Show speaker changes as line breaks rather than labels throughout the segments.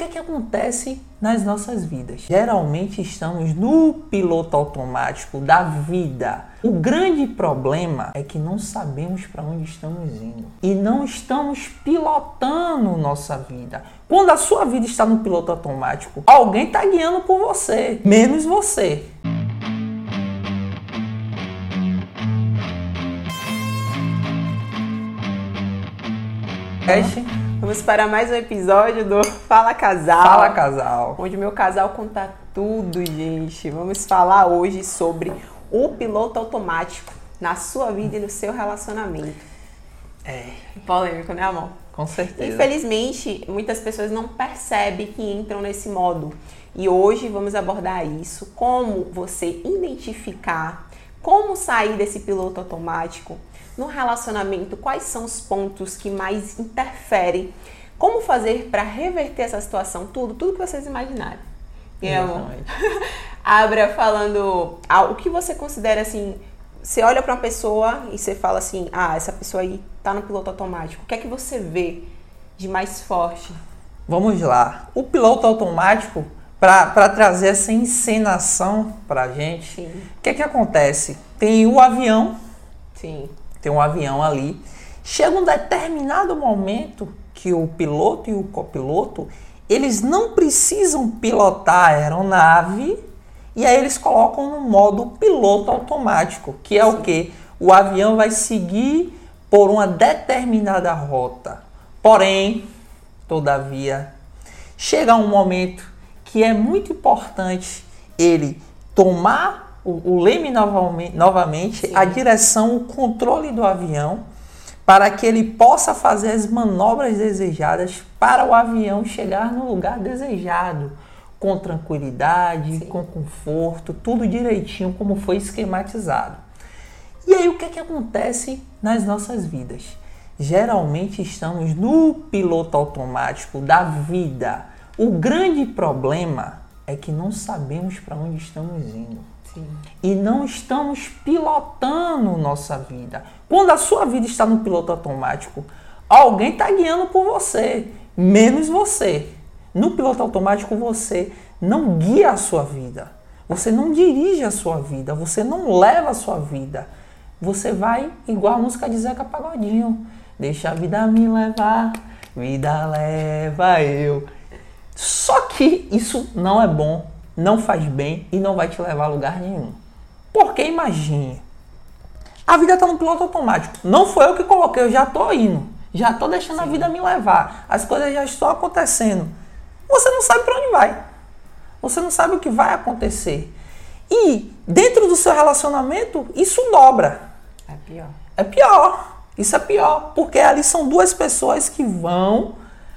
que é que acontece nas nossas vidas? Geralmente estamos no piloto automático da vida. O grande problema é que não sabemos para onde estamos indo e não estamos pilotando nossa vida. Quando a sua vida está no piloto automático, alguém está guiando por você, menos você.
Vamos para mais um episódio do Fala Casal.
Fala Casal.
Onde meu casal conta tudo, gente. Vamos falar hoje sobre o piloto automático na sua vida e no seu relacionamento. Polêmico, né, amor?
Com certeza.
Infelizmente, muitas pessoas não percebem que entram nesse modo. E hoje vamos abordar isso, como você identificar, como sair desse piloto automático. No relacionamento, quais são os pontos que mais interferem? Como fazer para reverter essa situação? Tudo que vocês imaginarem. Abra falando o que você considera assim. Você olha para uma pessoa e você fala assim: essa pessoa aí tá no piloto automático. O que é que você vê de mais forte?
Vamos lá. O piloto automático, para trazer essa encenação pra gente, o que é que acontece? Tem o avião.
Sim.
Tem um avião ali. Chega um determinado momento que o piloto e o copiloto, eles não precisam pilotar a aeronave e aí eles colocam no modo piloto automático, que é o quê? O avião vai seguir por uma determinada rota. Porém, todavia, chega um momento que é muito importante ele tomar o leme novamente, a direção, o controle do avião, para que ele possa fazer as manobras desejadas para o avião chegar no lugar desejado, com tranquilidade, com conforto, tudo direitinho como foi esquematizado. E aí o que é que acontece nas nossas vidas? Geralmente estamos no piloto automático da vida. O grande problema é que não sabemos para onde estamos indo. Sim. E não estamos pilotando nossa vida. Quando a sua vida está no piloto automático, alguém está guiando por você, menos você. No piloto automático você não guia a sua vida. Você não dirige a sua vida. Você não leva a sua vida. Você vai igual a música de Zeca Pagodinho. Deixa a vida me levar, vida leva eu. Só que isso não é bom. Não faz bem e não vai te levar a lugar nenhum. Porque imagine, a vida está no piloto automático. Não foi eu que coloquei, eu já estou indo. Já estou deixando a vida me levar. As coisas já estão acontecendo. Você não sabe para onde vai. Você não sabe o que vai acontecer. E dentro do seu relacionamento, isso dobra.
É pior.
É pior. Isso é pior. Porque ali são duas pessoas que vão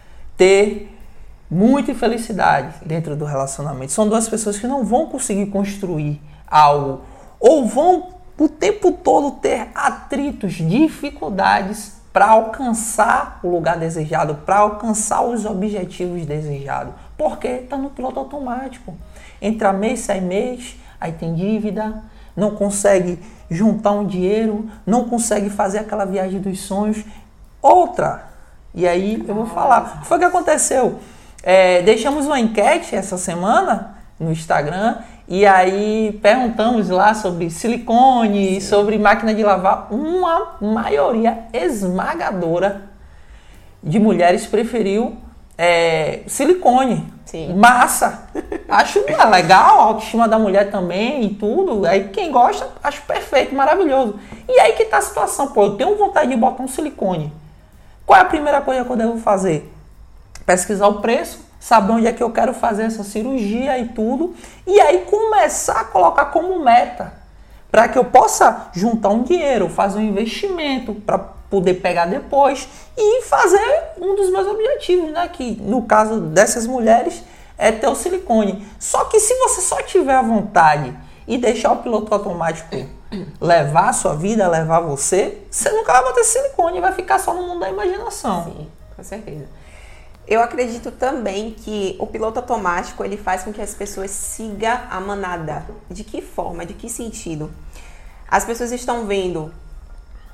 ter muita infelicidade dentro do relacionamento. São duas pessoas que não vão conseguir construir algo ou vão o tempo todo ter atritos, dificuldades para alcançar o lugar desejado, para alcançar os objetivos desejados. Porque está no piloto automático. Entra mês, sai mês, aí tem dívida, não consegue juntar um dinheiro, não consegue fazer aquela viagem dos sonhos. Outra, e aí eu vou falar, o que foi que aconteceu? Deixamos uma enquete essa semana no Instagram e aí perguntamos lá sobre silicone, sobre máquina de lavar. Uma maioria esmagadora de mulheres preferiu silicone. Sim. Massa! Acho legal, a autoestima da mulher também e tudo. Aí quem gosta, acho perfeito, maravilhoso. E aí que tá a situação, eu tenho vontade de botar um silicone. Qual é a primeira coisa que eu devo fazer? Pesquisar o preço, saber onde é que eu quero fazer essa cirurgia e tudo, e aí começar a colocar como meta, para que eu possa juntar um dinheiro, fazer um investimento, para poder pegar depois e fazer um dos meus objetivos, né? Que no caso dessas mulheres é ter o silicone. Só que se você só tiver a vontade e deixar o piloto automático levar a sua vida, levar você nunca vai bater silicone, vai ficar só no mundo da imaginação.
Sim, com certeza. Eu acredito também que o piloto automático ele faz com que as pessoas sigam a manada. De que forma? De que sentido? As pessoas estão vendo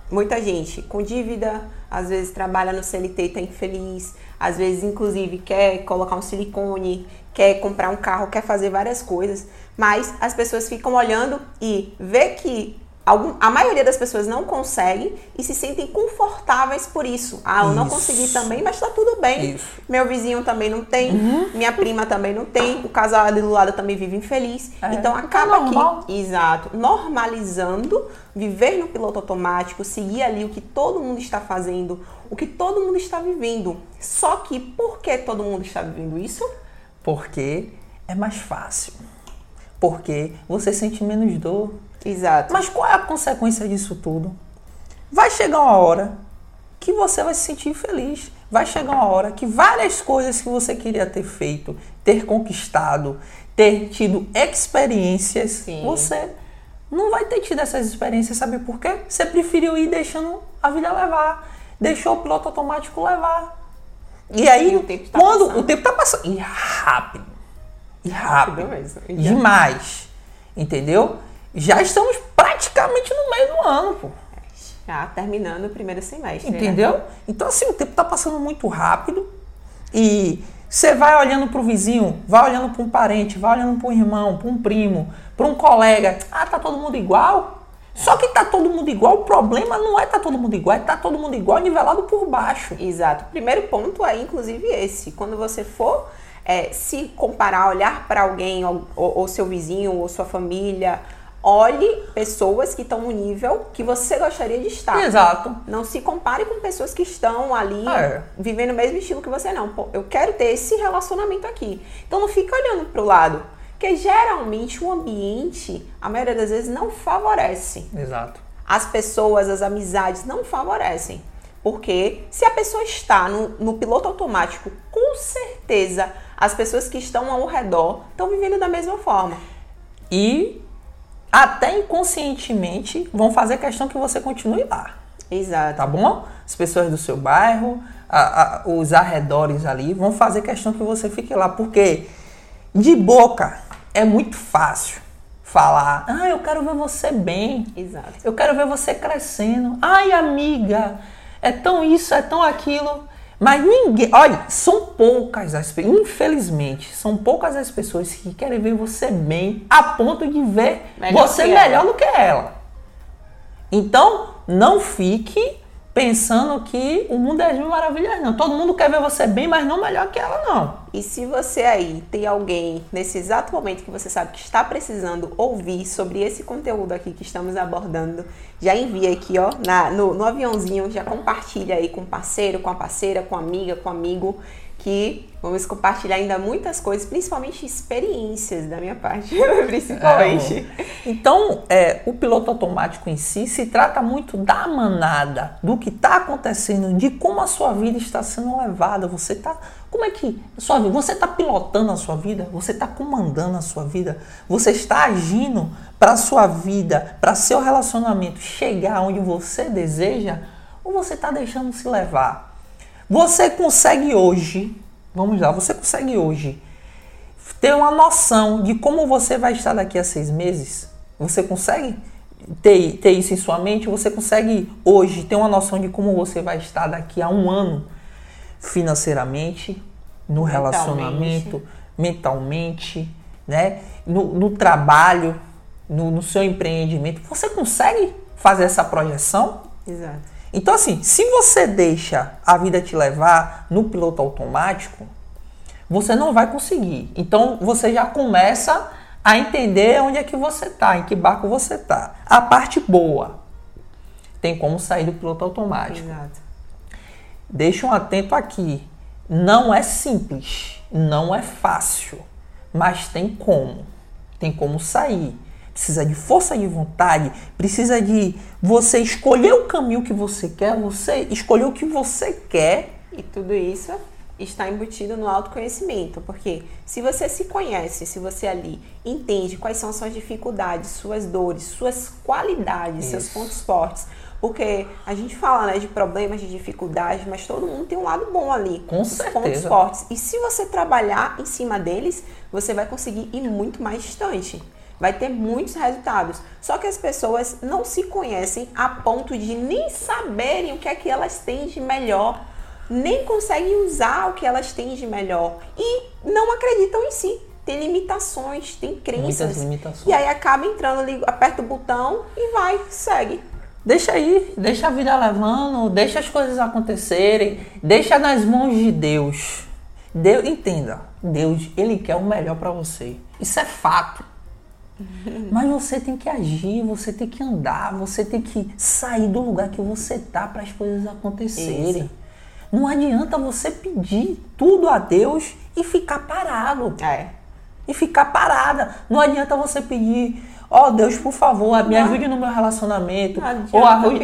muita gente com dívida, às vezes trabalha no CLT e tá infeliz, às vezes, inclusive, quer colocar um silicone, quer comprar um carro, quer fazer várias coisas, mas as pessoas ficam olhando e vê que a maioria das pessoas não consegue e se sentem confortáveis por isso. Ah, eu não consegui também, mas tá tudo bem.
Isso.
Meu vizinho também não tem, minha prima também não tem, o casal ali do lado também vive infeliz. Então acaba aqui, exato, normalizando, viver no piloto automático, seguir ali o que todo mundo está fazendo, o que todo mundo está vivendo. Só que por que todo mundo está vivendo isso?
Porque é mais fácil. Porque você sente menos dor.
Exato.
Mas qual é a consequência disso tudo? Vai chegar uma hora que você vai se sentir feliz. Vai chegar uma hora que várias coisas que você queria ter feito, ter conquistado, ter tido experiências,
Sim.
Você não vai ter tido essas experiências. Sabe por quê? Você preferiu ir deixando a vida levar. Deixou o piloto automático levar. E aí,
o tempo tá
quando
passando.
o tempo tá passando. E rápido. E rápido.
Mesmo.
Demais. Entendeu? Já estamos praticamente no meio do ano, pô.
Já terminando o primeiro semestre.
Entendeu?
Né?
Então, assim, o tempo tá passando muito rápido e você vai olhando pro vizinho, vai olhando para um parente, vai olhando para um irmão, para um primo, para um colega. Ah, tá todo mundo igual? Só que tá todo mundo igual, o problema não é tá todo mundo igual, é tá todo mundo igual nivelado por baixo.
Exato. O primeiro ponto é, inclusive, esse. Quando você for se comparar, olhar para alguém, ou seu vizinho, ou sua família, olhe pessoas que estão no nível que você gostaria de estar.
Exato.
Não se compare com pessoas que estão ali vivendo o mesmo estilo que você, não. Pô, eu quero ter esse relacionamento aqui. Então não fica olhando pro lado. Porque geralmente o ambiente, a maioria das vezes, não favorece.
Exato.
As pessoas, as amizades não favorecem. Porque se a pessoa está no piloto automático, com certeza as pessoas que estão ao redor estão vivendo da mesma forma.
E até inconscientemente vão fazer questão que você continue lá.
Exato.
Tá bom? As pessoas do seu bairro, os arredores ali, vão fazer questão que você fique lá. Porque de boca é muito fácil falar, eu quero ver você bem.
Exato.
Eu quero ver você crescendo. Ai, amiga, é tão isso, é tão aquilo. Mas ninguém, olha, são poucas as pessoas, infelizmente, são poucas as pessoas que querem ver você bem a ponto de ver você melhor do que ela. Então, não fique pensando que o mundo é de maravilhas, não. Todo mundo quer ver você bem, mas não melhor que ela, não.
E se você aí tem alguém nesse exato momento que você sabe que está precisando ouvir sobre esse conteúdo aqui que estamos abordando, já envia aqui, ó, no aviãozinho, já compartilha aí com o parceiro, com a parceira, com a amiga, com o amigo, que vamos compartilhar ainda muitas coisas, principalmente experiências da minha parte, principalmente.
Então, o piloto automático em si se trata muito da manada, do que está acontecendo, de como a sua vida está sendo levada. Como é que você está pilotando a sua vida? Você está comandando a sua vida? Você está agindo para a sua vida, para seu relacionamento chegar onde você deseja? Ou você está deixando se levar? Você consegue hoje, você consegue hoje ter uma noção de como você vai estar daqui a 6 meses? Você consegue ter isso em sua mente? Você consegue hoje ter uma noção de como você vai estar daqui a 1 ano? Financeiramente, no relacionamento, mentalmente, né? No trabalho, no seu empreendimento. Você consegue fazer essa projeção?
Exato.
Então, assim, se você deixa a vida te levar no piloto automático, você não vai conseguir. Então, você já começa a entender onde é que você está, em que barco você está. A parte boa, tem como sair do piloto automático.
Exato.
Deixa atento aqui. Não é simples, não é fácil, mas tem como. Tem como sair. Precisa de força de vontade, precisa de você escolher o caminho que você quer, você escolher o que você quer.
E tudo isso está embutido no autoconhecimento, porque se você se conhece, se você ali entende quais são suas dificuldades, suas dores, suas qualidades, seus pontos fortes, porque a gente fala, né, de problemas, de dificuldades, mas todo mundo tem um lado bom ali,
com
os
certeza.
Pontos fortes. E se você trabalhar em cima deles, você vai conseguir ir muito mais distante. vai ter muitos resultados. Só que as pessoas não se conhecem a ponto de nem saberem o que é que elas têm de melhor, nem conseguem usar o que elas têm de melhor e não acreditam em si. Tem limitações, tem crenças.
Muitas limitações.
E aí acaba entrando ali, aperta o botão e vai, segue.
Deixa aí, deixa a vida levando, deixa as coisas acontecerem, deixa nas mãos de Deus. Deus, entenda, Deus, Ele quer o melhor para você. Isso é fato. Mas você tem que agir, você tem que andar, você tem que sair do lugar que você tá para as coisas acontecerem. Isso. Não adianta você pedir tudo a Deus e ficar parado. E ficar parada. Não adianta você pedir, ó Deus, por favor, me ajude no meu relacionamento. Ou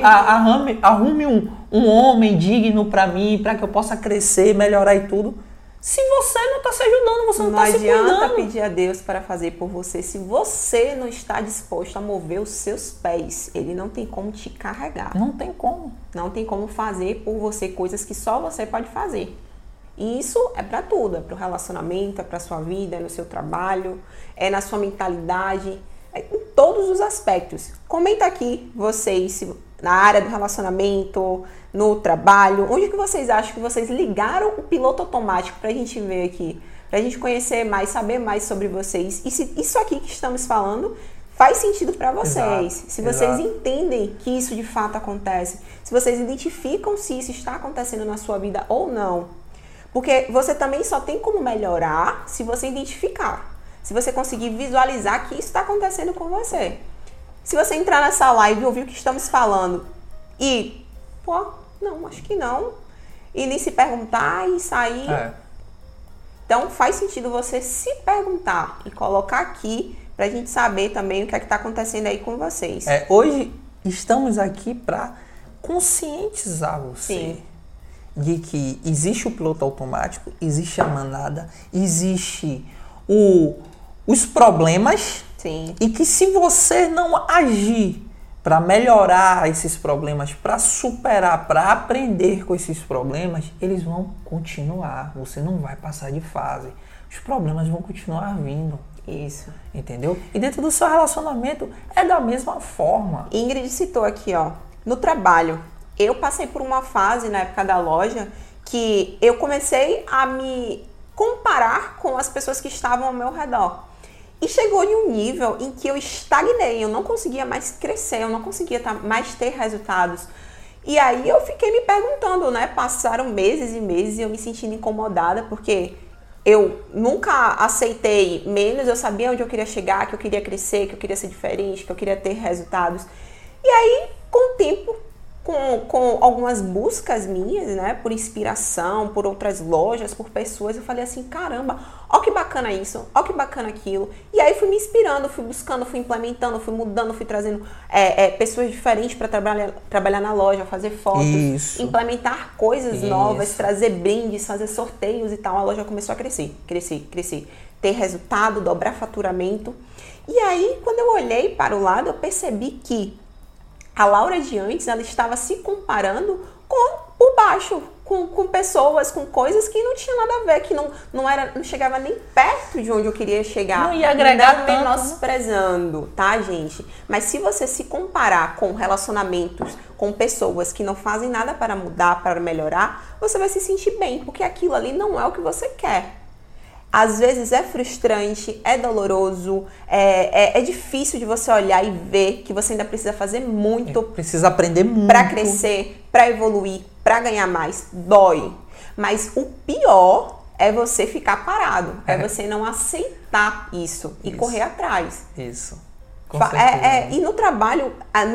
arrume um homem digno para mim, para que eu possa crescer, melhorar e tudo. Se você não está se ajudando, você não está se cuidando.
Não adianta pedir a Deus para fazer por você se você não está disposto a mover os seus pés. Ele não tem como te carregar.
Não tem como.
Não tem como fazer por você coisas que só você pode fazer. E isso é para tudo. É para o relacionamento, é para a sua vida, é no seu trabalho, é na sua mentalidade, é em todos os aspectos. Comenta aqui vocês, na área do relacionamento, no trabalho, onde que vocês acham que vocês ligaram o piloto automático pra gente ver aqui, pra gente conhecer mais, saber mais sobre vocês. E se isso aqui que estamos falando faz sentido para vocês, se vocês entendem que isso de fato acontece, se vocês identificam se isso está acontecendo na sua vida ou não. Porque você também só tem como melhorar se você identificar, se você conseguir visualizar que isso está acontecendo com você. Se você entrar nessa live e ouvir o que estamos falando e, não, acho que não, e nem se perguntar e sair. Então faz sentido você se perguntar e colocar aqui pra gente saber também o que é que tá acontecendo aí com vocês.
Hoje estamos aqui para conscientizar você.
Sim.
De que existe o piloto automático, existe a manada, existe os problemas.
Sim.
E que se você não agir para melhorar esses problemas, para superar, para aprender com esses problemas, eles vão continuar. Você não vai passar de fase. Os problemas vão continuar vindo.
Isso.
Entendeu? E dentro do seu relacionamento é da mesma forma.
Ingrid citou aqui, no trabalho. Eu passei por uma fase na época da loja que eu comecei a me comparar com as pessoas que estavam ao meu redor. E chegou em um nível em que eu estagnei, eu não conseguia mais crescer, eu não conseguia mais ter resultados. E aí eu fiquei me perguntando, passaram meses e meses e eu me sentindo incomodada, porque eu nunca aceitei menos, eu sabia onde eu queria chegar, que eu queria crescer, que eu queria ser diferente, que eu queria ter resultados. E aí, com o tempo, com algumas buscas minhas, por inspiração, por outras lojas, por pessoas, eu falei assim, caramba, ó que bacana isso, ó que bacana aquilo. E aí fui me inspirando, fui buscando, fui implementando, fui mudando, fui trazendo pessoas diferentes para trabalhar na loja, fazer fotos, implementar coisas novas, trazer brindes, fazer sorteios e tal. A loja começou a crescer, ter resultado, dobrar faturamento. E aí, quando eu olhei para o lado, eu percebi que a Laura de antes, ela estava se comparando com o baixo, com pessoas, com coisas que não tinha nada a ver, que não chegava nem perto de onde eu queria chegar.
Não ia agregar
não menosprezando, tá, gente? Mas se você se comparar com relacionamentos, com pessoas que não fazem nada para mudar, para melhorar, você vai se sentir bem, porque aquilo ali não é o que você quer. Às vezes é frustrante, é doloroso, é difícil de você olhar e ver que você ainda precisa fazer muito.
Precisa aprender muito.
Para crescer, para evoluir, para ganhar mais. Dói. Mas o pior é você ficar parado. É você não aceitar isso e correr atrás.
Isso. Com certeza.
E no trabalho,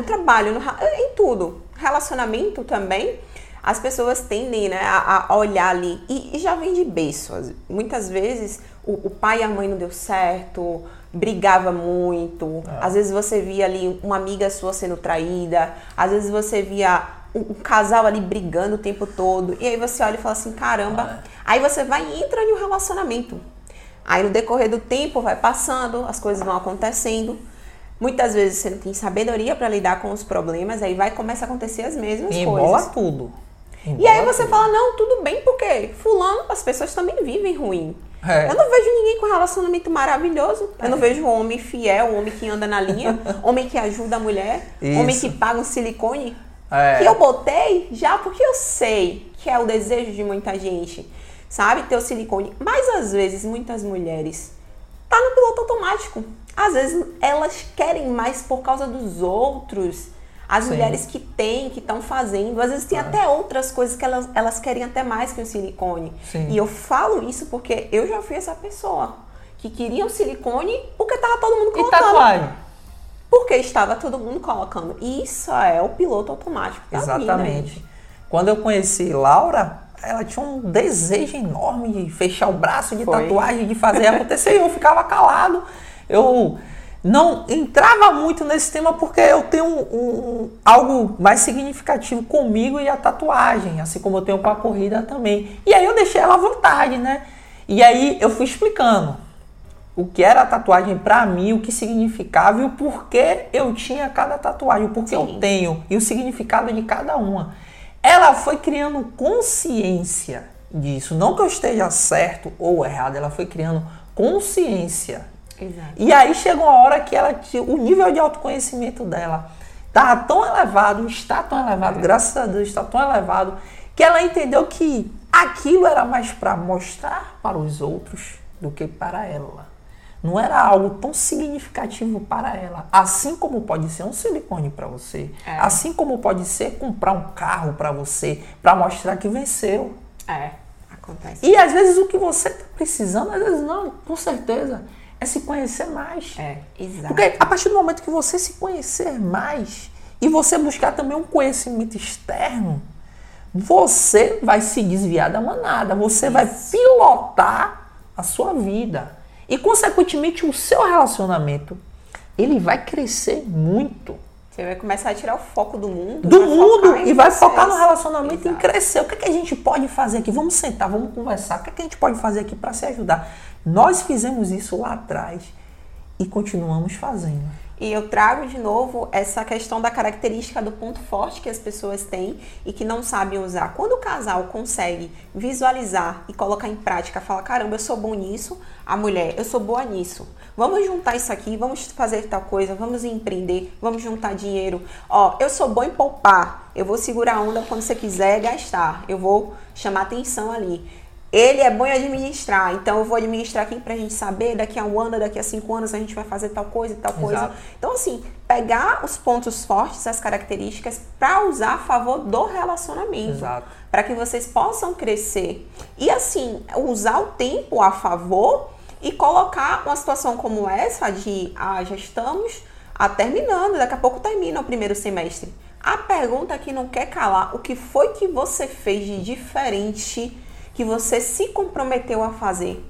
em tudo. Relacionamento também. As pessoas tendem a olhar ali e já vem de berço. Muitas vezes o pai e a mãe não deu certo, brigava muito. Às vezes você via ali uma amiga sua sendo traída. Às vezes você via um casal ali brigando o tempo todo. E aí você olha e fala assim, caramba. Aí você vai e entra em um relacionamento. Aí no decorrer do tempo vai passando, as coisas vão acontecendo. Muitas vezes você não tem sabedoria para lidar com os problemas. Aí começa a acontecer as mesmas coisas.
Embola tudo.
E aí você fala, não, tudo bem, porque fulano, as pessoas também vivem ruim. Eu não vejo ninguém com relacionamento maravilhoso. Eu não vejo um homem fiel, um homem que anda na linha, homem que ajuda a mulher, homem que paga um silicone. Que eu botei já porque eu sei que é o desejo de muita gente, sabe? Ter o silicone. Mas às vezes, muitas mulheres tá no piloto automático. Às vezes elas querem mais por causa dos outros. As mulheres que têm, que estão fazendo, às vezes tem até outras coisas que elas querem até mais que o silicone.
Sim.
E eu falo isso porque eu já fui essa pessoa que queria um silicone porque estava todo mundo colocando.
E tatuagem?
Porque estava todo mundo colocando. E isso é o piloto automático da vida.
Exatamente. Quando eu conheci Laura, ela tinha um desejo enorme de fechar o braço de tatuagem, de fazer acontecer. E eu ficava calado. Eu não entrava muito nesse tema porque eu tenho algo mais significativo comigo e a tatuagem, assim como eu tenho com a corrida também. E aí eu deixei ela à vontade, né? E aí eu fui explicando o que era a tatuagem pra mim, o que significava e o porquê eu tinha cada tatuagem, o porquê eu tenho e o significado de cada uma. Ela foi criando consciência disso. Não que eu esteja certo ou errado, ela foi criando consciência.
Exato.
E aí chegou uma hora que o nível de autoconhecimento dela estava tão elevado, está tão elevado, graças a Deus está tão elevado, que ela entendeu que aquilo era mais para mostrar para os outros do que para ela. Não era algo tão significativo para ela. Assim como pode ser um silicone para você, assim como pode ser comprar um carro para você, para mostrar que venceu.
Acontece.
E às vezes o que você está precisando, às vezes não, com certeza, é se conhecer mais.
Exato.
Porque a partir do momento que você se conhecer mais e você buscar também um conhecimento externo, você vai se desviar da manada, você vai pilotar a sua vida. E, consequentemente, o seu relacionamento, ele vai crescer muito.
Você vai começar a tirar o foco do mundo.
E vai focar no relacionamento e em crescer. O que a gente pode fazer aqui? Vamos sentar, vamos conversar. O que a gente pode fazer aqui para se ajudar? Nós fizemos isso lá atrás e continuamos fazendo.
E eu trago de novo essa questão da característica do ponto forte que as pessoas têm e que não sabem usar. Quando o casal consegue visualizar e colocar em prática, fala, caramba, eu sou bom nisso, a mulher, eu sou boa nisso. Vamos juntar isso aqui, vamos fazer tal coisa, vamos empreender, vamos juntar dinheiro. Eu sou bom em poupar, eu vou segurar a onda quando você quiser gastar, eu vou chamar atenção ali. Ele é bom em administrar, então eu vou administrar aqui pra gente saber, daqui a um ano, daqui a 5 anos a gente vai fazer tal coisa e tal coisa. Então assim, pegar os pontos fortes, as características pra usar a favor do relacionamento. Para que vocês possam crescer. E assim, usar o tempo a favor e colocar uma situação como essa de, já estamos terminando, daqui a pouco termina o primeiro semestre. A pergunta que não quer calar, o que foi que você fez de diferente que você se comprometeu a fazer?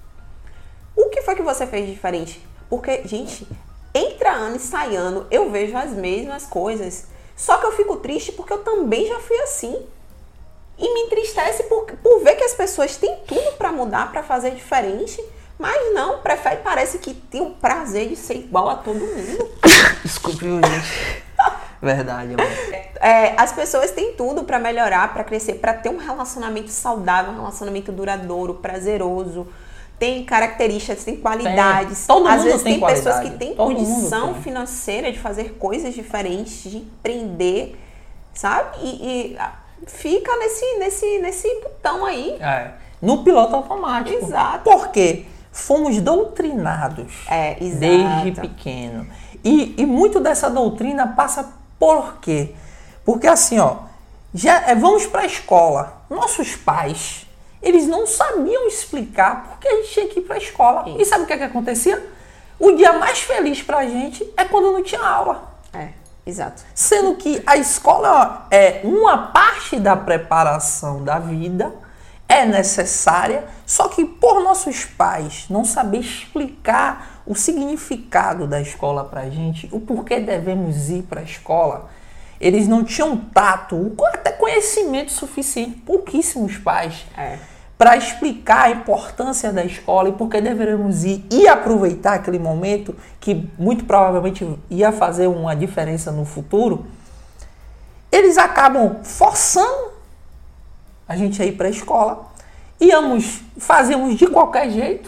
O que foi que você fez de diferente? Porque, gente, entra ano e sai ano, eu vejo as mesmas coisas. Só que eu fico triste porque eu também já fui assim. E me entristece por ver que as pessoas têm tudo para mudar, para fazer diferente, mas não, parece que tem o prazer de ser igual a todo mundo.
Desculpe, gente. Verdade, amor.
As pessoas têm tudo para melhorar, para crescer, para ter um relacionamento saudável, um relacionamento duradouro, prazeroso. Tem características, tem qualidades.
Às vezes tem
pessoas que têm condição financeira de fazer coisas diferentes, de empreender, sabe? E fica nesse botão aí.
No piloto automático.
Exato.
Por quê? Fomos doutrinados desde pequeno. E muito dessa doutrina passa por quê? Porque assim, vamos para a escola. Nossos pais, eles não sabiam explicar porque a gente tinha que ir para a escola. Isso. E sabe o que acontecia? O dia mais feliz para a gente é quando não tinha aula.
Exato.
Sendo que a escola é uma parte da preparação da vida, é necessária, só que por nossos pais não saber explicar o significado da escola pra gente, o porquê devemos ir para a escola, eles não tinham tato, até conhecimento suficiente, pouquíssimos pais, para explicar a importância da escola e por que deveríamos ir e aproveitar aquele momento que muito provavelmente ia fazer uma diferença no futuro. Eles acabam forçando a gente a ir para a escola fazíamos de qualquer jeito.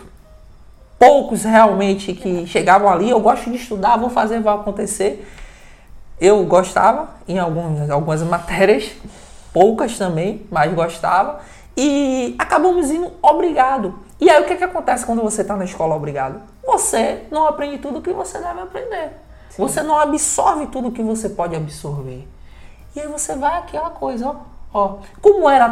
Poucos realmente que chegavam ali, eu gosto de estudar, vou fazer, vai acontecer. Eu gostava em algumas matérias, poucas também, mas gostava. E acabamos indo obrigado. E aí o que acontece quando você está na escola obrigado? Você não aprende tudo o que você deve aprender. Sim. Você não absorve tudo o que você pode absorver. E aí você vai aquela coisa, ó. Como é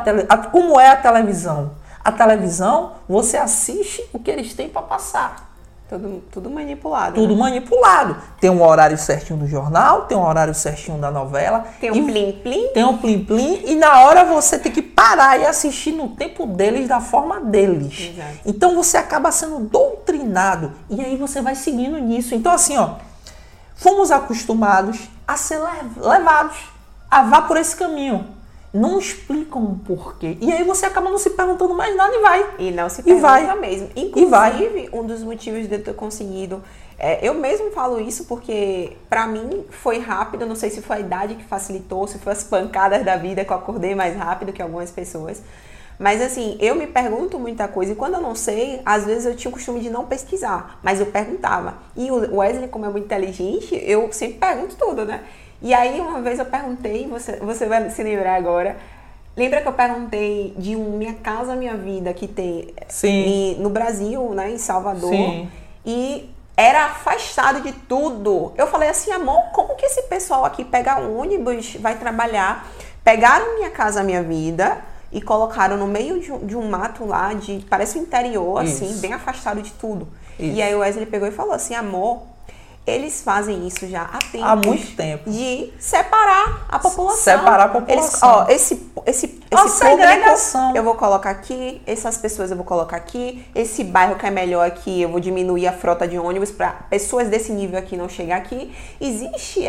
a televisão? A televisão, você assiste o que eles têm para passar.
Tudo manipulado.
Tudo, né? Manipulado. Tem um horário certinho do jornal, tem um horário certinho da novela.
Tem um plim-plim.
Tem um plim-plim. E na hora você tem que parar e assistir no tempo deles, da forma deles.
Exato.
Então você acaba sendo doutrinado. E aí você vai seguindo nisso. Então assim, ó, fomos acostumados a ser levados a vá por esse caminho. Não explicam o porquê. E aí você acaba não se perguntando mais nada e vai.
E não se pergunta mesmo. Inclusive, um dos motivos de eu ter conseguido... eu mesmo falo isso porque, pra mim, foi rápido. Não sei se foi a idade que facilitou, se foi as pancadas da vida que eu acordei mais rápido que algumas pessoas. Mas assim, eu me pergunto muita coisa. E quando eu não sei, às vezes eu tinha o costume de não pesquisar. Mas eu perguntava. E o Wesley, como é muito inteligente, eu sempre pergunto tudo, né? E aí, uma vez eu perguntei, você vai se lembrar agora, lembra que eu perguntei de Minha Casa Minha Vida, que tem no Brasil, né, em Salvador, Sim. E era afastado de tudo. Eu falei assim, amor, como que esse pessoal aqui pega ônibus, vai trabalhar, pegaram Minha Casa Minha Vida e colocaram no meio de um mato lá, parece um interior, assim, bem afastado de tudo. Isso. E aí o Wesley pegou e falou assim, amor, eles fazem isso já há
muito tempo.
De separar a população.
Separar a população.
Esse público eu vou colocar aqui, essas pessoas eu vou colocar aqui, esse bairro que é melhor aqui, eu vou diminuir a frota de ônibus para pessoas desse nível aqui não chegar aqui. Existe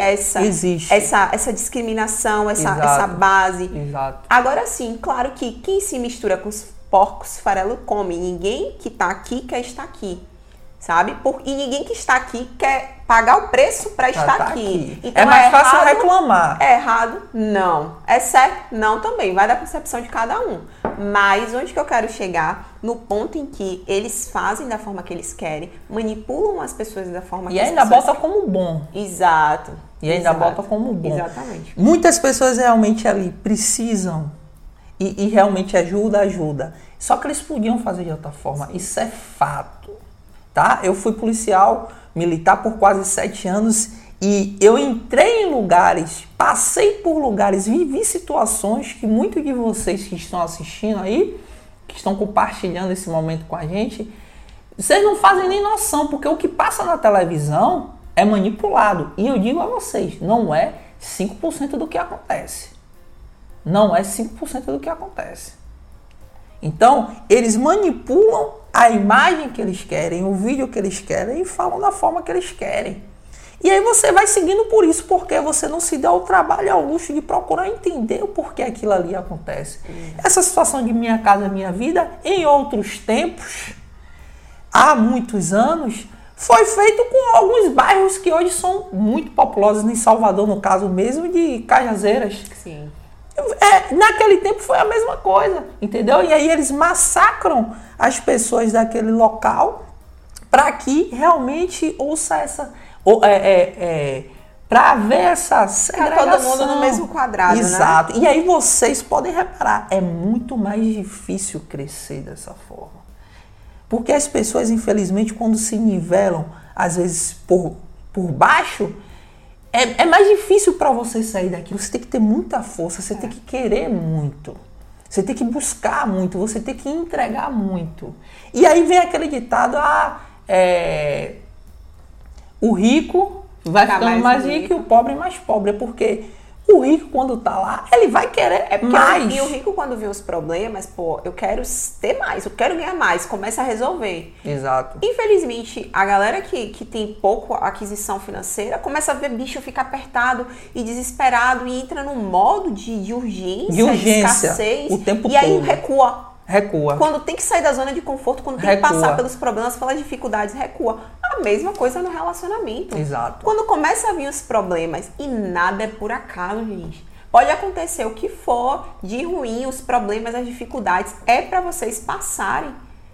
essa discriminação, essa base.
Exato.
Agora sim, claro que quem se mistura com os porcos farelo come. Ninguém que está aqui quer estar aqui. Sabe? E ninguém que está aqui quer pagar o preço para estar aqui. Então,
é mais fácil reclamar.
É errado? Não. É certo? Não também. Vai da percepção de cada um. Mas onde que eu quero chegar? No ponto em que eles fazem da forma que eles querem, manipulam as pessoas da forma que eles querem.
E ainda bota como bom.
Exato.
E ainda bota como bom.
Exatamente.
Muitas pessoas realmente ali precisam e realmente ajuda. Só que eles podiam fazer de outra forma. Sim. Isso é fato. Tá? Eu fui policial militar por quase 7 anos e eu entrei em lugares, passei por lugares, vivi situações que muitos de vocês que estão assistindo aí, que estão compartilhando esse momento com a gente, vocês não fazem nem noção, porque o que passa na televisão é manipulado. E eu digo a vocês, não é 5% do que acontece. Não é 5% do que acontece. Então, eles manipulam a imagem que eles querem, o vídeo que eles querem e falam da forma que eles querem. E aí você vai seguindo por isso, porque você não se dá o trabalho ao luxo de procurar entender o porquê aquilo ali acontece. Essa situação de Minha Casa Minha Vida, em outros tempos, há muitos anos, foi feito com alguns bairros que hoje são muito populosos, em Salvador, no caso mesmo de Cajazeiras.
Sim.
Naquele tempo foi a mesma coisa, entendeu? E aí eles massacram as pessoas daquele local para que realmente ouça essa... para ver essa segregação.
Tá todo mundo no mesmo quadrado,
Exato.
Né?
E aí vocês podem reparar, é muito mais difícil crescer dessa forma. Porque as pessoas, infelizmente, quando se nivelam, às vezes por baixo... É mais difícil para você sair daquilo. Você tem que ter muita força, você tem que querer muito. Você tem que buscar muito, você tem que entregar muito. E aí vem aquele ditado, o rico vai ficando mais rico e o pobre mais pobre. Porque o rico, quando tá lá, ele vai querer mais.
E o rico, quando vê os problemas, eu quero ter mais, eu quero ganhar mais, começa a resolver.
Exato.
Infelizmente, a galera que tem pouco aquisição financeira começa a ver bicho ficar apertado e desesperado e entra num modo de urgência, de escassez.
O tempo
e aí recua.
Quando
tem que sair da zona de conforto, quando tem que passar pelos problemas, pelas dificuldades, recua. A mesma coisa no relacionamento.
Exato.
Quando começa a vir os problemas, e nada é por acaso, gente. Pode acontecer o que for de ruim, os problemas, as dificuldades, é para vocês passarem.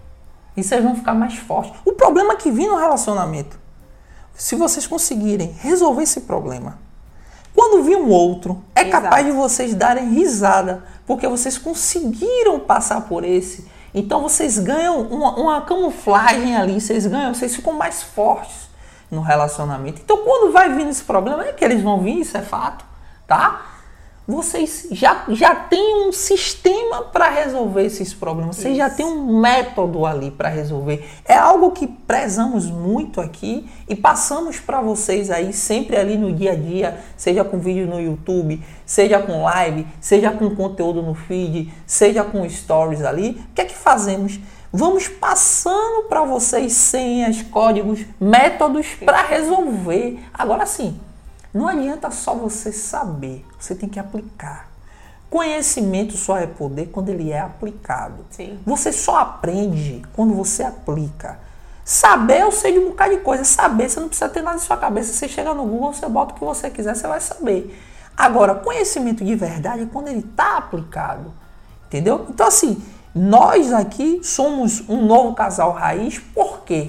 E vocês vão ficar mais fortes. O problema que vem no relacionamento, se vocês conseguirem resolver esse problema, quando vir um outro, é capaz de vocês darem risada, porque vocês conseguiram passar por esse. Então vocês ganham uma camuflagem ali, vocês ficam mais fortes no relacionamento. Então quando vai vir esse problema, é que eles vão vir, isso é fato, tá? Vocês já têm um sistema para resolver esses problemas. Vocês já têm um método ali para resolver. É algo que prezamos muito aqui e passamos para vocês aí sempre ali no dia a dia, seja com vídeo no YouTube, seja com live, seja com conteúdo no feed, seja com stories ali. O que é que fazemos? Vamos passando para vocês senhas, códigos, métodos para resolver. Agora sim, não adianta só você saber, você tem que aplicar. Conhecimento só é poder quando ele é aplicado.
Sim.
Você só aprende quando você aplica. Saber, eu sei de um bocado de coisa. Saber, você não precisa ter nada na sua cabeça. Você chega no Google, você bota o que você quiser, você vai saber. Agora, conhecimento de verdade é quando ele está aplicado. Entendeu? Então, assim, nós aqui somos um novo casal raiz, por quê?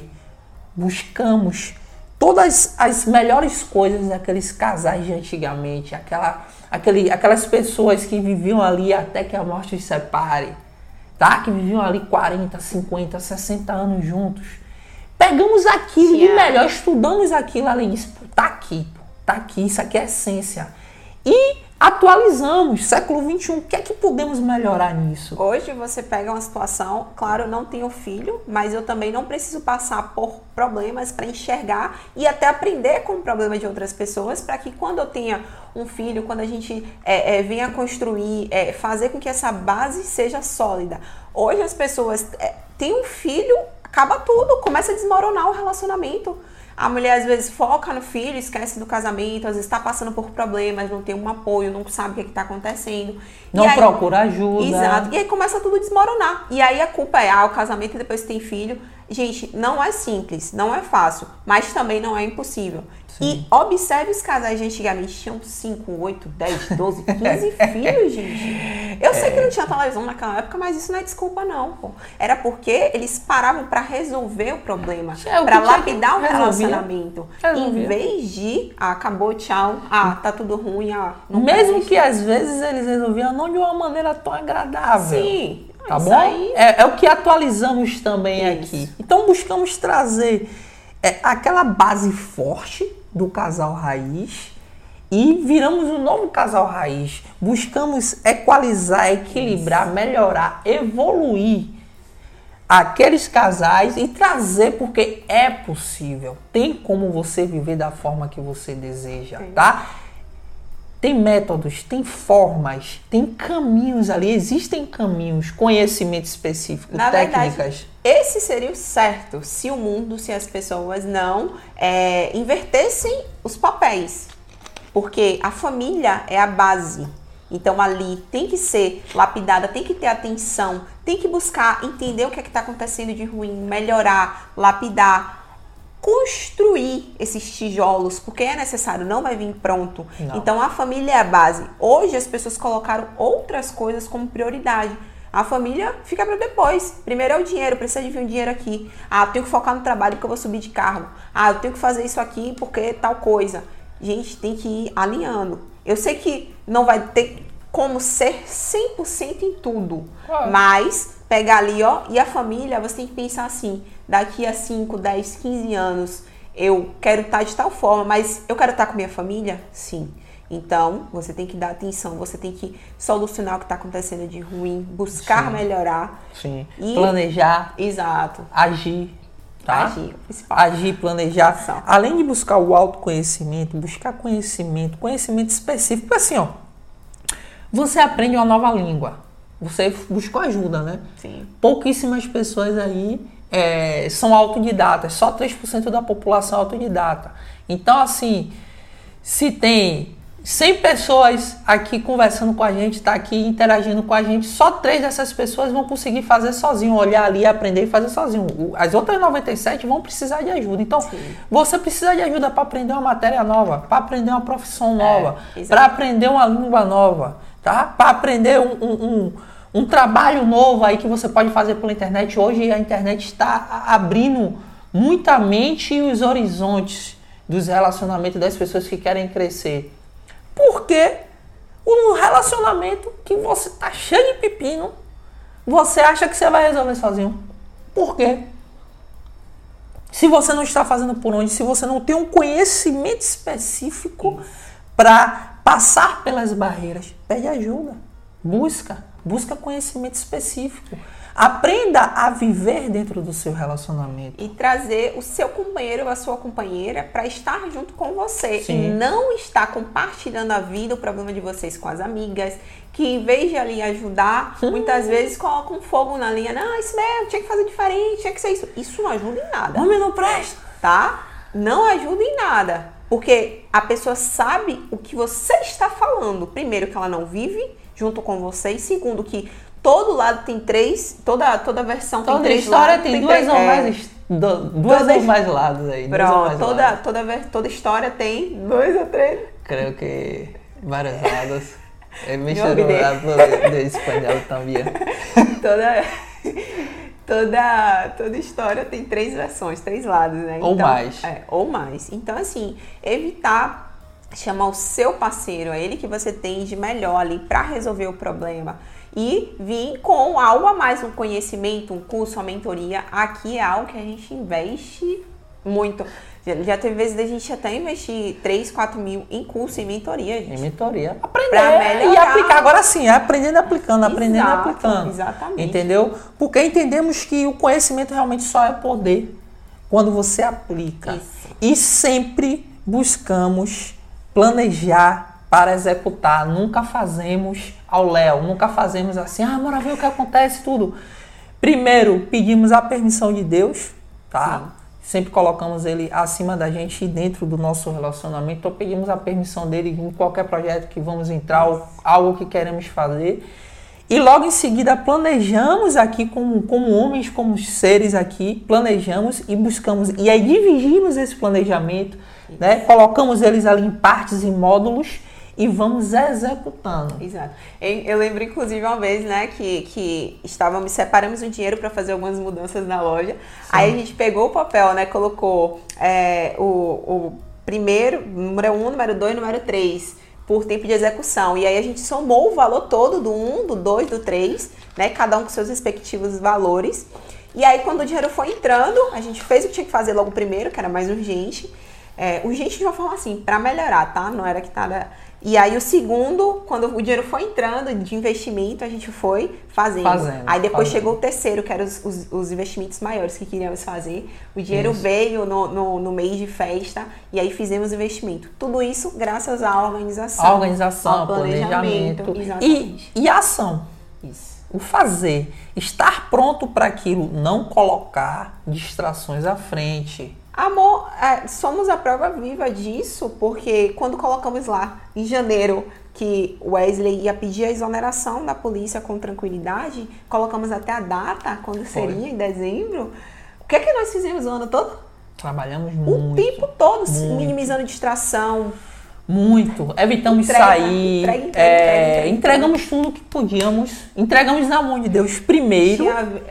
Buscamos todas as melhores coisas daqueles casais de antigamente, aquelas pessoas que viviam ali até que a morte os separe, tá? Que viviam ali 40, 50, 60 anos juntos. Pegamos aquilo de melhor, estudamos aquilo ali e disse, tá aqui, isso aqui é a essência. E atualizamos, século XXI, o que é que podemos melhorar nisso?
Hoje você pega uma situação, claro, eu não tenho filho, mas eu também não preciso passar por problemas para enxergar e até aprender com o problema de outras pessoas, para que quando eu tenha um filho, quando a gente venha construir, fazer com que essa base seja sólida. Hoje as pessoas têm um filho, acaba tudo, começa a desmoronar o relacionamento. A mulher às vezes foca no filho, esquece do casamento, às vezes está passando por problemas, não tem um apoio, não sabe o que está acontecendo.
Não procura ajuda.
Exato. E aí começa tudo a desmoronar. E aí a culpa é o casamento e depois tem filho. Gente, não é simples, não é fácil, mas também não é impossível. Sim. E observe os casais de antigamente, tinham 5, 8, 10, 12, 15 filhos, gente. Eu sei que não tinha televisão naquela época, mas isso não é desculpa não, pô. Era porque eles paravam para resolver o problema, para lapidar o relacionamento. Em vez de, acabou, tchau, tá tudo ruim, não
mesmo que às vezes eles resolviam não de uma maneira tão agradável.
Sim.
Tá bom? Aí... É o que atualizamos também aqui. Então buscamos trazer aquela base forte do casal raiz e viramos um novo casal raiz. Buscamos equalizar, equilibrar, melhorar, evoluir aqueles casais e trazer, porque é possível. Tem como você viver da forma que você deseja, tá? Tem métodos, tem formas, tem caminhos ali, existem caminhos, conhecimento específico, técnicas.
Verdade, esse seria o certo, se o mundo, se as pessoas não invertessem os papéis. Porque a família é a base. Então ali tem que ser lapidada, tem que ter atenção, tem que buscar entender o que é que está acontecendo de ruim, melhorar, lapidar, construir esses tijolos, porque é necessário, não vai vir pronto. Não. Então a família é a base. Hoje as pessoas colocaram outras coisas como prioridade. A família fica para depois. Primeiro é o dinheiro, precisa de vir um dinheiro aqui. Eu tenho que focar no trabalho porque eu vou subir de cargo. Eu tenho que fazer isso aqui porque tal coisa. Gente, tem que ir alinhando. Eu sei que não vai ter como ser 100% em tudo, mas pegar ali, e a família, você tem que pensar assim, daqui a 5, 10, 15 anos, eu quero estar de tal forma, mas eu quero estar com minha família? Sim. Então, você tem que dar atenção, você tem que solucionar o que está acontecendo de ruim, buscar melhorar.
Sim. E planejar.
Exato.
Agir. Tá? Agir, planejar. Além de buscar o autoconhecimento, buscar conhecimento específico. Porque assim, você aprende uma nova língua. Você buscou ajuda, né?
Sim.
Pouquíssimas pessoas aí são autodidatas. Só 3% da população é autodidata. Então, assim, se tem 100 pessoas aqui conversando com a gente, tá aqui interagindo com a gente, só 3 dessas pessoas vão conseguir fazer sozinho, olhar ali, aprender e fazer sozinho. As outras 97 vão precisar de ajuda. Então, você precisa de ajuda para aprender uma matéria nova, para aprender uma profissão nova, para aprender uma língua nova, tá? Para aprender um trabalho novo aí que você pode fazer pela internet. Hoje a internet está abrindo muita mente e os horizontes dos relacionamentos das pessoas que querem crescer. Porque um relacionamento que você tá cheio de pepino, você acha que você vai resolver sozinho. Por quê? Se você não está fazendo por onde, se você não tem um conhecimento específico para passar pelas barreiras, pede ajuda. Busca conhecimento específico. Aprenda a viver dentro do seu relacionamento.
E trazer o seu companheiro ou a sua companheira para estar junto com você.
Sim.
E não estar compartilhando a vida, o problema de vocês com as amigas, que em vez de ali ajudar, muitas vezes colocam fogo na linha. Não, isso mesmo, tinha que fazer diferente, tinha que ser isso. Isso não ajuda em nada.
Homem não presta.
Tá? Não ajuda em nada. Porque a pessoa sabe o que você está falando. Primeiro, que ela não vive junto com você. E segundo, que todo lado tem 3, toda versão
toda
tem 3
história
lados.
Tem duas ou mais lados aí.
Pronto, toda história tem 2 ou 3.
Creio que vários lados. Me misturou de espanhol também.
Toda história tem 3 versões, 3 lados, né?
Ou mais.
Ou mais. Então, assim, evitar chamar o seu parceiro, ele que você tem de melhor ali para resolver o problema e vir com algo a mais, um conhecimento, um curso, uma mentoria. Aqui é algo que a gente investe muito. Já teve vezes da gente até investir 3, 4 mil em curso e mentoria, gente.
Em mentoria. Aprender e aplicar. Agora sim, aprendendo e aplicando, aprendendo e aplicando.
Exatamente.
Entendeu? Porque entendemos que o conhecimento realmente só é poder quando você aplica.
Isso.
E sempre buscamos planejar para executar. Nunca fazemos ao léu, nunca fazemos assim, bora ver o que acontece, tudo. Primeiro, pedimos a permissão de Deus, tá? Sim. Sempre colocamos ele acima da gente e dentro do nosso relacionamento. Então, pedimos a permissão dele em qualquer projeto que vamos entrar, ou algo que queremos fazer. E logo em seguida, planejamos aqui como homens, como seres aqui, planejamos e buscamos. E aí dividimos esse planejamento, né? Colocamos eles ali em partes e módulos e vamos executando.
Exato. Eu lembro, inclusive, uma vez, né, que separamos o dinheiro para fazer algumas mudanças na loja. Sim. Aí a gente pegou o papel, né, colocou o primeiro, número 1, número 2, número 3, por tempo de execução. E aí a gente somou o valor todo do 1, do 2, do 3, né, cada um com seus respectivos valores. E aí, quando o dinheiro foi entrando, a gente fez o que tinha que fazer logo primeiro, que era mais urgente. Urgente de uma forma assim, para melhorar, tá? Não era que tava... E aí o segundo, quando o dinheiro foi entrando de investimento, a gente foi fazendo. Aí depois chegou o terceiro, que eram os investimentos maiores que queríamos fazer. O dinheiro veio no mês de festa e aí fizemos o investimento. Tudo isso graças à organização.
Ao planejamento. E a ação.
Isso.
O fazer. Estar pronto para aquilo. Não colocar distrações à frente.
Amor, somos a prova viva disso, porque quando colocamos lá em janeiro que Wesley ia pedir a exoneração da polícia com tranquilidade, colocamos até a data, quando seria, em dezembro. O que é que nós fizemos o ano todo?
Trabalhamos muito.
O tempo todo, minimizando distração.
Muito. Evitamos sair. Entregamos tudo que podíamos. Entregamos na mão de Deus primeiro.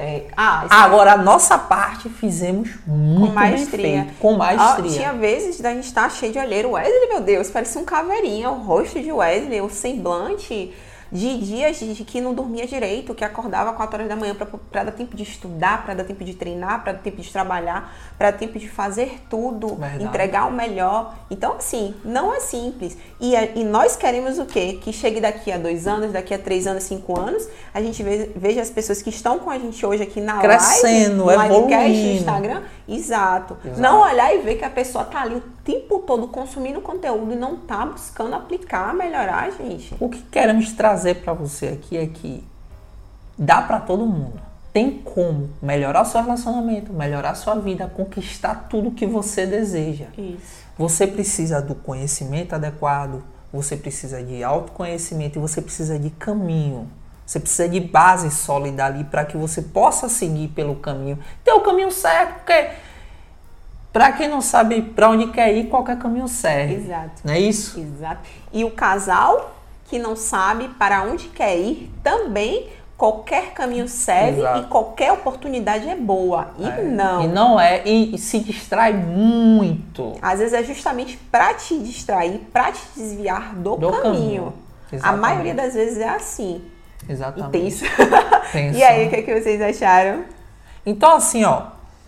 Agora, a nossa parte fizemos muito
com maestria.
Bem feito, com maestria.
Tinha vezes da gente estar cheio de olheiro. Wesley, meu Deus, parecia um caveirinha. O rosto de Wesley, o semblante de dias de que não dormia direito, que acordava 4 horas da manhã para dar tempo de estudar, para dar tempo de treinar, para dar tempo de trabalhar, para dar tempo de fazer tudo, entregar o melhor. Então, assim, não é simples. E nós queremos o quê? Que chegue daqui a 2 anos, daqui a 3 anos, 5 anos, a gente veja as pessoas que estão com a gente hoje aqui na
crescendo,
live, no
livecast,
no Instagram. Exato. Não olhar e ver que a pessoa tá ali o tempo todo consumindo conteúdo e não tá buscando aplicar, melhorar, gente.
O que queremos trazer para você aqui é que dá para todo mundo. Tem como melhorar o seu relacionamento, melhorar a sua vida, conquistar tudo que você deseja.
Isso.
Você precisa do conhecimento adequado, você precisa de autoconhecimento e você precisa de caminho. Você precisa de base sólida ali para que você possa seguir pelo caminho. Ter o caminho certo, porque para quem não sabe para onde quer ir, qualquer caminho serve.
Exato.
Não é isso?
Exato. E o casal que não sabe para onde quer ir, também qualquer caminho serve. Exato. E qualquer oportunidade é boa.
E não é. E se distrai muito.
Às vezes é justamente para te distrair, para te desviar do caminho. A maioria das vezes é assim.
Exatamente.
E tenso. E aí, o que vocês acharam?
Então, assim, ó.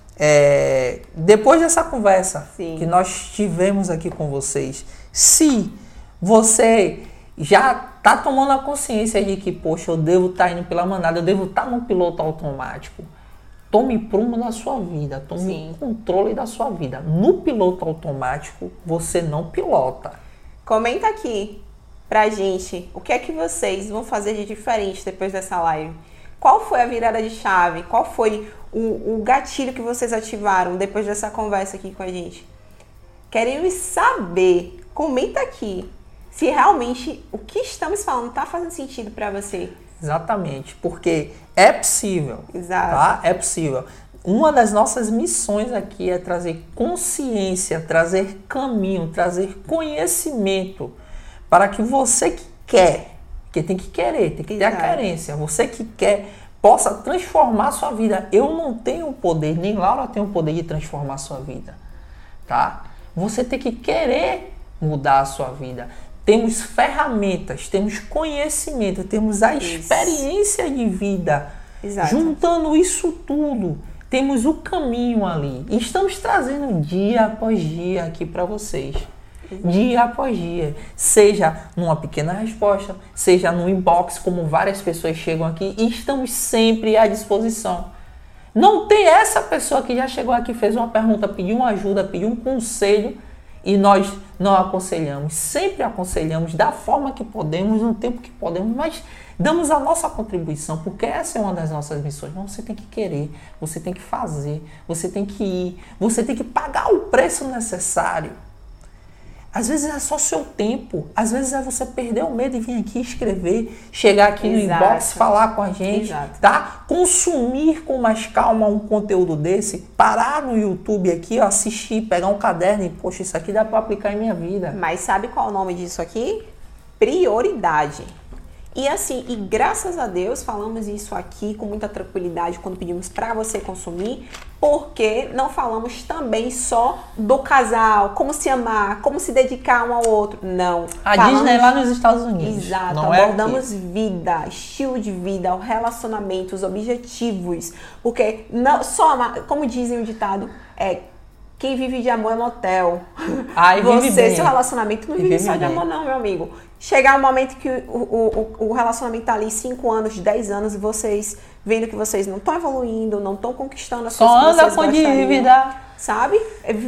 Depois dessa conversa que nós tivemos aqui com vocês, se você já tá tomando a consciência de que, poxa, eu devo estar indo pela manada, eu devo estar no piloto automático, tome prumo da sua vida, tome controle da sua vida. No piloto automático, você não pilota.
Comenta aqui pra gente o que é que vocês vão fazer de diferente depois dessa live. Qual foi a virada de chave? Qual foi o gatilho que vocês ativaram depois dessa conversa aqui com a gente? Queremos saber. Comenta aqui se realmente o que estamos falando está fazendo sentido para você.
Exatamente, porque é possível.
Exato.
Tá? É possível. Uma das nossas missões aqui é trazer consciência, trazer caminho, trazer conhecimento para que você que quer, porque tem que querer, tem que ter a querência, você que quer possa transformar a sua vida. Eu não tenho o poder, nem Laura tem o poder de transformar a sua vida, tá? Você tem que querer mudar a sua vida. Temos ferramentas, temos conhecimento, temos a experiência de vida.
Exato.
Juntando isso tudo, temos o caminho ali. E estamos trazendo dia após dia aqui para vocês. Dia após dia. Seja numa pequena resposta, seja no inbox, como várias pessoas chegam aqui. E estamos sempre à disposição. Não tem essa pessoa que já chegou aqui, fez uma pergunta, pediu uma ajuda, pediu um conselho. E nós não aconselhamos, sempre aconselhamos da forma que podemos, no tempo que podemos, mas damos a nossa contribuição, porque essa é uma das nossas missões. Mas você tem que querer, você tem que fazer, você tem que ir, você tem que pagar o preço necessário. Às vezes é só seu tempo, às vezes é você perder o medo e vir aqui escrever, chegar aqui no inbox, falar com a gente, tá? Consumir com mais calma um conteúdo desse, parar no YouTube aqui, ó, assistir, pegar um caderno e, poxa, isso aqui dá para aplicar em minha vida.
Mas sabe qual é o nome disso aqui? Prioridade. E assim, e graças a Deus falamos isso aqui com muita tranquilidade quando pedimos para você consumir, porque não falamos também só do casal, como se amar, como se dedicar um ao outro. Não.
A Disney é lá nos Estados Unidos.
Exato.
Não
abordamos vida, estilo de vida, o relacionamento, os objetivos. Porque não só amar, como dizem o ditado, quem vive de amor é motel. Seu relacionamento não vive só de amor não, meu amigo. Chegar um momento que o relacionamento tá ali 5 anos, 10 anos e vocês vendo que vocês não estão evoluindo, não estão conquistando as coisas que vocês gostariam. Só anda com dívida. Sabe?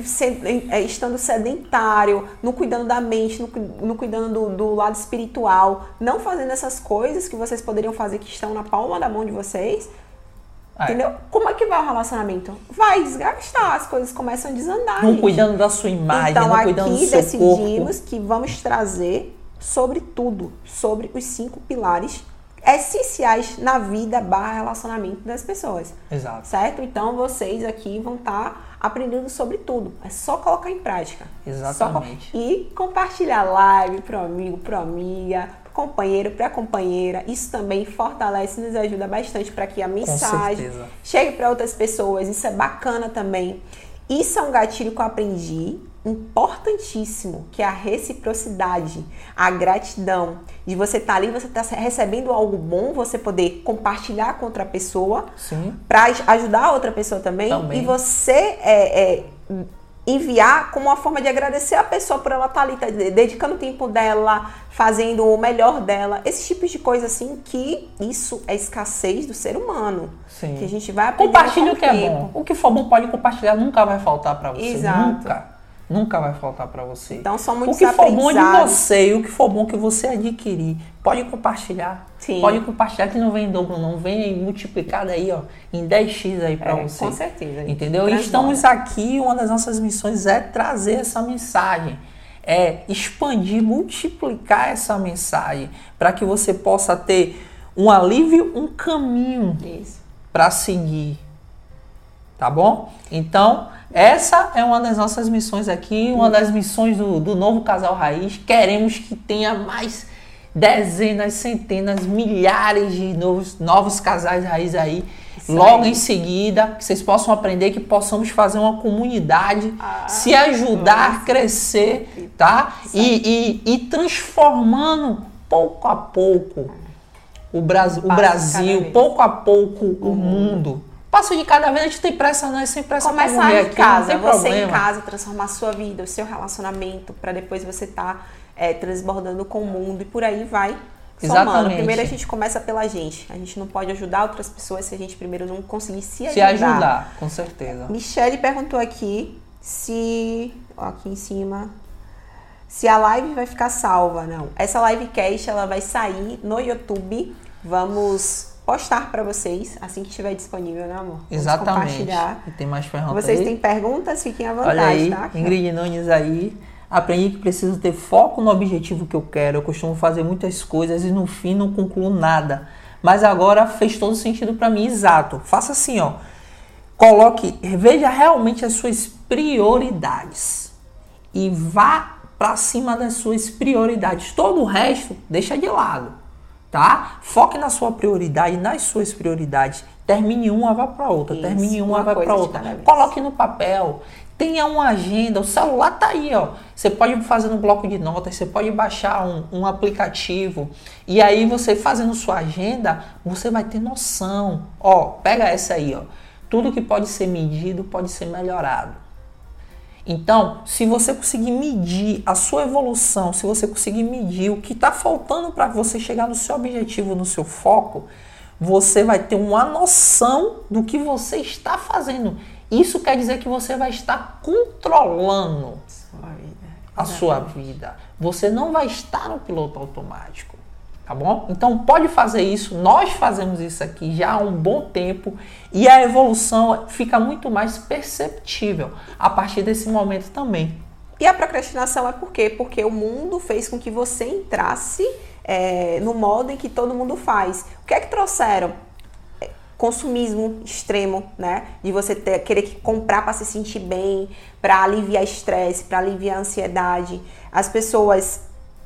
Estando sedentário, não cuidando da mente, não cuidando do lado espiritual, não fazendo essas coisas que vocês poderiam fazer que estão na palma da mão de vocês. Entendeu? Como é que vai o relacionamento? Vai desgastar, as coisas começam a desandar.
Não cuidando da sua imagem,
então,
não cuidando do seu corpo. Então
aqui decidimos que vamos trazer sobre tudo, sobre os 5 pilares essenciais na vida / relacionamento das pessoas.
Exato.
Certo? Então vocês aqui vão estar aprendendo sobre tudo. É só colocar em prática.
Exatamente.
E compartilhar a live pro amigo, pro amiga, companheiro, para companheira. Isso também fortalece e nos ajuda bastante para que a mensagem chegue para outras pessoas. Isso é bacana também. Isso é um gatilho que eu aprendi, importantíssimo, que é a reciprocidade, a gratidão. De você estar ali, você está recebendo algo bom, você poder compartilhar com outra pessoa, para ajudar a outra pessoa também. E você enviar como uma forma de agradecer a pessoa por ela estar ali, dedicando o tempo dela, fazendo o melhor dela. Esses tipos de coisa assim, que isso é escassez do ser humano.
Sim.
Que a gente vai aprender.
Compartilha o que é bom. O que for bom pode compartilhar, nunca vai faltar para você.
Exato.
Nunca vai faltar para você.
Então são muitos
o que for bom de você e o que for bom que você adquirir, pode compartilhar.
Sim.
Pode compartilhar, que não vem em dobro, não vem multiplicado aí, ó, em 10x aí para você.
Com certeza.
Entendeu? E estamos aqui, uma das nossas missões é trazer essa mensagem. é expandir, multiplicar essa mensagem para que você possa ter um alívio, um caminho para seguir. Tá bom? Então, essa é uma das nossas missões aqui, uma das missões do novo Casal Raiz. Queremos que tenha mais dezenas, centenas, milhares de novos casais raiz aí. Logo em seguida, que vocês possam aprender, que possamos fazer uma comunidade, se ajudar, crescer, tá? E transformando pouco a pouco o Brasil, pouco a pouco o mundo. Passo de cada vez, a gente tem pressa, não é sem pressa.
Começar em casa, você
problema.
Em casa, transformar a sua vida, o seu relacionamento, para depois você estar transbordando com o mundo e por aí vai.
Exatamente.
Primeiro a gente começa pela gente. A gente não pode ajudar outras pessoas se a gente primeiro não conseguir se ajudar.
Se ajudar, com certeza.
Michele perguntou aqui aqui em cima, se a live vai ficar salva. Não. Essa livecast ela vai sair no YouTube. Vamos postar para vocês assim que estiver disponível, né, amor? Vamos
exatamente.
Compartilhar.
E tem mais perguntas.
Vocês têm perguntas? Fiquem à vontade,
olha aí,
tá?
Ingrid Nunes aí. Aprendi que preciso ter foco no objetivo que eu quero. Eu costumo fazer muitas coisas e no fim não concluo nada. Mas agora fez todo sentido para mim. Exato. Faça assim, ó. Veja realmente as suas prioridades. E vá para cima das suas prioridades. Todo o resto, deixa de lado. Tá? Foque na sua prioridade, nas suas prioridades. Termine uma, vá para outra.
Isso,
termine uma, vai para outra. Coloque no papel. Tenha uma agenda, o celular tá aí, ó. Você pode fazer no bloco de notas, você pode baixar um aplicativo. E aí você fazendo sua agenda, você vai ter noção. Ó, pega essa aí, ó. Tudo que pode ser medido pode ser melhorado. Então, se você conseguir medir a sua evolução, se você conseguir medir o que está faltando para você chegar no seu objetivo, no seu foco, você vai ter uma noção do que você está fazendo. Isso quer dizer que você vai estar controlando a sua vida. Você não vai estar no piloto automático, tá bom? Então pode fazer isso. Nós fazemos isso aqui já há um bom tempo e a evolução fica muito mais perceptível a partir desse momento também.
E a procrastinação é por quê? Porque o mundo fez com que você entrasse no modo em que todo mundo faz. O que é que trouxeram? Consumismo extremo, né? De você querer comprar para se sentir bem, para aliviar estresse, para aliviar ansiedade. As pessoas...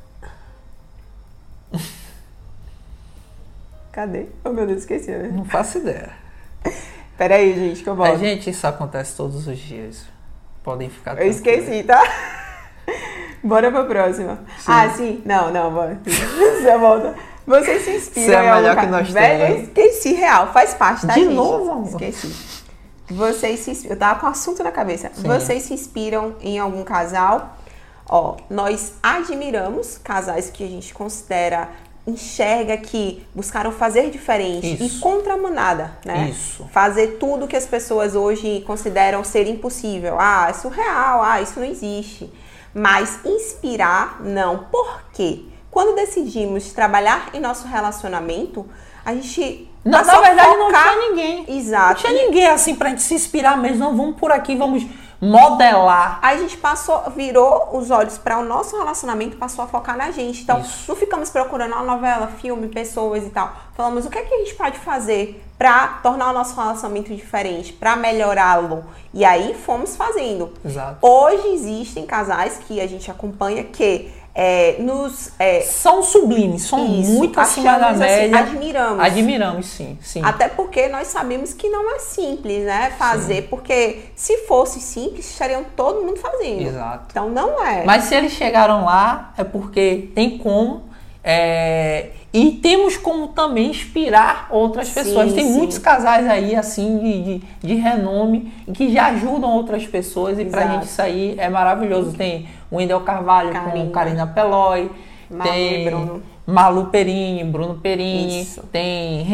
Cadê? Oh, meu Deus, esqueci. Né?
Não faço ideia.
Peraí, gente, que eu volto.
Gente, isso acontece todos os dias. Podem ficar
tranquilos. Eu esqueci, tá? Bora pra próxima. Sim. Sim. Não, bora. Você volta. Vocês se inspiram
Você é melhor que nós temos.
Eu esqueci, real. Faz parte, tá,
de
gente?
novo, amor?
Esqueci. Vocês se inspiram. Eu tava com o assunto na cabeça.
Sim.
Vocês se inspiram em algum casal? Ó, nós admiramos casais que a gente enxerga que buscaram fazer diferente. Isso. E contra a manada, né?
Isso.
Fazer tudo que as pessoas hoje consideram ser impossível. Ah, é surreal. Ah, isso não existe. Mas inspirar, não. Por quê? Quando decidimos trabalhar em nosso relacionamento, a gente...
Na verdade, não tinha ninguém.
Exato.
Não tinha ninguém assim pra gente se inspirar mesmo. Não, vamos por aqui, vamos modelar.
Aí a gente virou os olhos para o nosso relacionamento, passou a focar na gente. Então, não ficamos procurando uma novela, filme, pessoas e tal. Falamos, o que é que a gente pode fazer para tornar o nosso relacionamento diferente, para melhorá-lo? E aí, fomos fazendo.
Exato.
Hoje existem casais que a gente acompanha que...
são sublimes, são muito acima da média. Admiramos, sim.
Até porque nós sabemos que não é simples, né? Fazer, porque se fosse simples, estariam todo mundo fazendo.
Exato.
Então não é.
Mas se eles chegaram lá, é porque tem como. E temos como também inspirar outras pessoas. Tem muitos casais aí, assim, de renome, que já ajudam outras pessoas. E pra gente isso aí é maravilhoso. Tem o Wendel Carvalho com Karina Pelói. Tem Malu Perini, Bruno Perini. Isso. Tem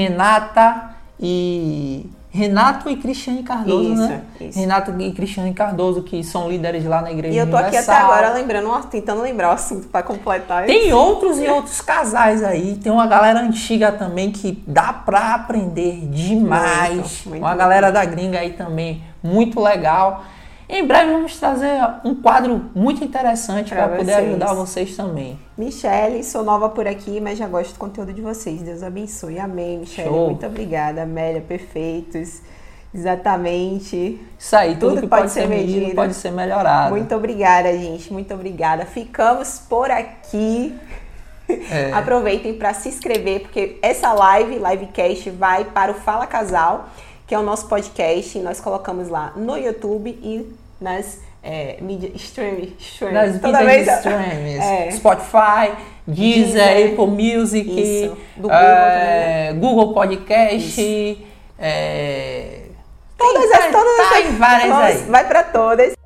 Renato e Cristiane Cardoso, né? Isso. Renato e Cristiane Cardoso, que são líderes lá na Igreja Universal.
E eu tô aqui até agora tentando lembrar o assunto para completar.
Tem outros e outros casais aí. Tem uma galera antiga também que dá pra aprender demais. Muito galera da gringa aí também, muito legal. Em breve vamos trazer um quadro muito interessante para poder
vocês.
ajudar vocês também.
Michele, sou nova por aqui, mas já gosto do conteúdo de vocês. Deus abençoe. Amém, Michele.
Show.
Muito obrigada. Amélia, perfeitos. Exatamente.
Isso aí, tudo que pode ser medido pode ser melhorado.
Muito obrigada, gente. Muito obrigada. Ficamos por aqui. Aproveitem para se inscrever, porque essa livecast, vai para o Fala Casal, que é o nosso podcast. Nós colocamos lá no YouTube e nas mídias streams.
Nas mídias streams. Spotify, Deezer, Apple Music,
isso. Do Google,
Google Podcast.
Todas
tá em várias aí.
Vai para todas.